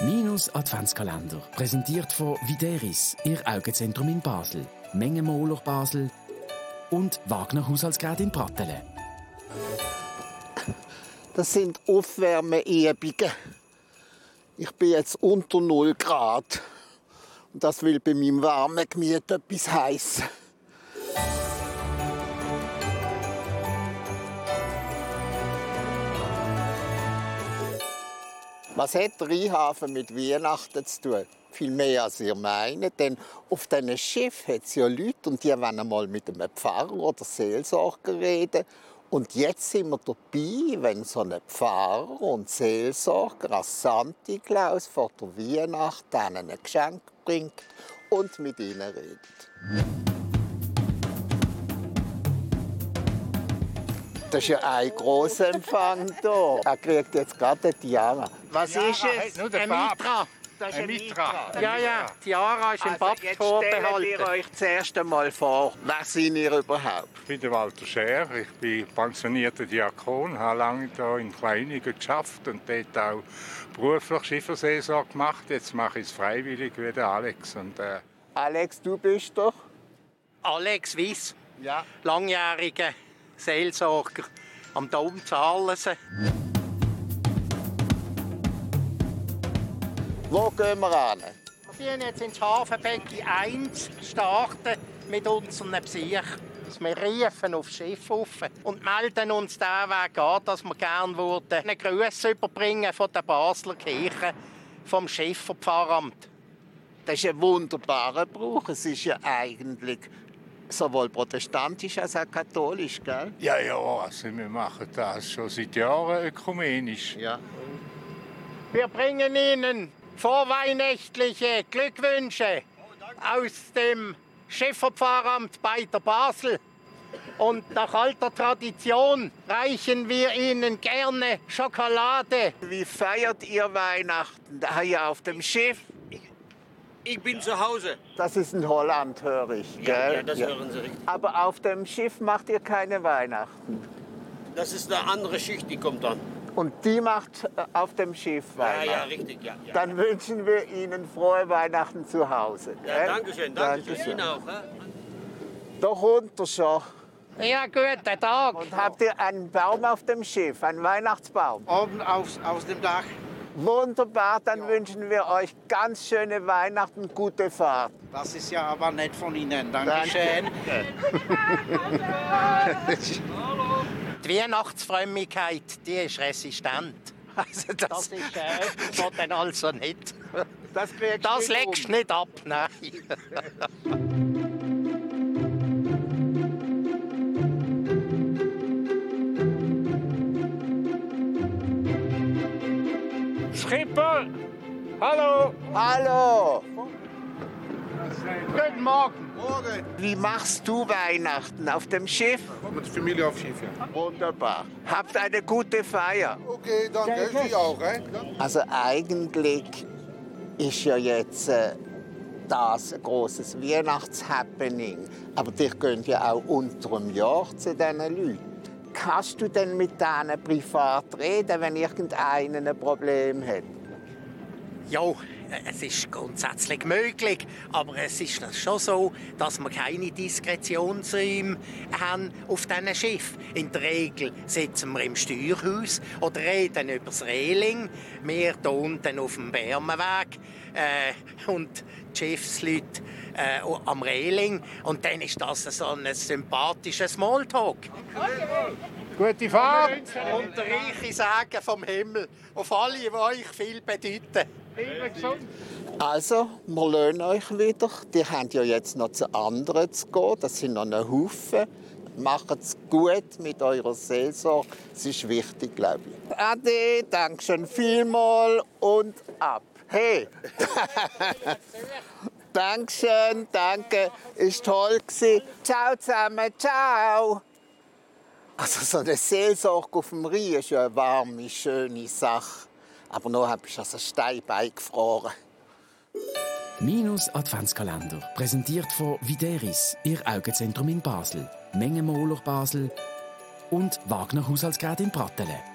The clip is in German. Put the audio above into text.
Minus Adventskalender, präsentiert von Videris, Ihr Augenzentrum in Basel, Mengenmoler Basel und Wagner Haushaltsgeräte in Pratteln. Das sind Aufwärmeübungen. Ich bin jetzt unter 0 Grad. Und das will bei meinem warmen Gemüt etwas heissen. Was hat Rheinhafen mit Weihnachten zu tun? Viel mehr als ihr meint, denn auf diesen Schiff hat es ja Leute und die wollen einmal mit einem Pfarrer oder Seelsorger reden. Und jetzt sind wir dabei, wenn so ein Pfarrer und Seelsorger als Santi Claus vor der Weihnacht ihnen ein Geschenk bringt und mit ihnen redet. Das ist ja ein grosser Empfang hier. Er kriegt jetzt gerade eine Tiara. Was ist es? Ein Mitra. Das ist ein Mitra. Ja, Tiara ist im Bad Jetzt vorbehalten. stellt ihr euch zuerst einmal vor. Wer seid ihr überhaupt? Ich bin der Walter Scher, ich bin pensionierter Diakon, habe lange hier in Kleinigen geschafft und dort auch beruflich Schifferseelsorge gemacht. Jetzt mache ich es freiwillig wie der Alex. Alex, du bist doch? Alex Wiss, Ja. langjähriger Seelsorger am Dom zu Arlesen. Wo gehen wir hin? Wir gehen jetzt ins Hafenbecken 1 starten mit unseren Besuch. Wir riefen aufs Schiff auf und melden uns den Weg an, dass wir gerne einen Gruß überbringen von der Basler Kirche, vom Schifferpfarramt. Das ist ein wunderbarer Brauch. Es ist ja eigentlich sowohl protestantisch als auch katholisch, gell? Ja, also wir machen das schon seit Jahren ökumenisch. Ja. Wir bringen Ihnen vorweihnachtliche Glückwünsche aus dem Schifferpfarramt bei der Basel. Und nach alter Tradition reichen wir Ihnen gerne Schokolade. Wie feiert ihr Weihnachten? Da hier auf dem Schiff? Ich bin zu Hause. Das ist in Holland, höre ich, gell? Ja, das hören Sie richtig. Aber auf dem Schiff macht ihr keine Weihnachten. Das ist eine andere Schicht, die kommt dann. Und die macht auf dem Schiff Weihnachten. Ja, richtig, ja. Dann wünschen wir Ihnen frohe Weihnachten zu Hause. Ja, gell? danke schön. Ihnen auch. Da runter schon. Ja, guten Tag. Und habt ihr einen Baum auf dem Schiff, einen Weihnachtsbaum? Oben aus dem Dach. Wunderbar, dann wünschen wir euch ganz schöne Weihnachten, gute Fahrt. Das ist ja aber nett von Ihnen. Dankeschön. Die Weihnachtsfrömmigkeit, die ist resistent. Also das ist etwas, was dann also nicht. Das legst du nicht ab, nein. Schipper! Hallo! Hallo! Guten Morgen. Wie machst du Weihnachten auf dem Schiff? Mit der Familie auf Schiff, ja. Wunderbar. Habt eine gute Feier. Okay, danke. Sie auch, Also eigentlich ist ja jetzt das ein grosses Weihnachtshappening. Aber die gehen ja auch unter dem Jahr zu diesen Leuten. Kannst du denn mit denen privat reden, wenn irgendeiner ein Problem hat? Ja, es ist grundsätzlich möglich, aber es ist schon so, dass wir keine Diskretionsräume haben auf diesen Schiff. In der Regel sitzen wir im Steuerhaus oder reden über das Reling. Wir hier unten auf dem Bärmenweg und die Schiffsleute am Reling. Und dann ist das so ein sympathischer Smalltalk. Gute Fahrt! Und der reiche Segen vom Himmel auf alle, die euch viel bedeuten. Also, wir lassen euch wieder. Die haben ja jetzt noch zu anderen zu gehen. Das sind noch ein Haufen. Macht es gut mit eurer Seelsorge. Das ist wichtig, glaube ich. Ade, danke schön vielmals und ab. Hey! Dankeschön, danke. Ist toll gewesen. Ciao zusammen, ciao. Also so eine Seelsorge auf dem Rhein ist ja eine warme, schöne Sache. Aber noch habe ich also Steinbein gefroren. Minus Adventskalender, präsentiert von Videris, Ihr Augenzentrum in Basel, Mengenmoler Basel und Wagner Haushaltsgeräte in Pratteln.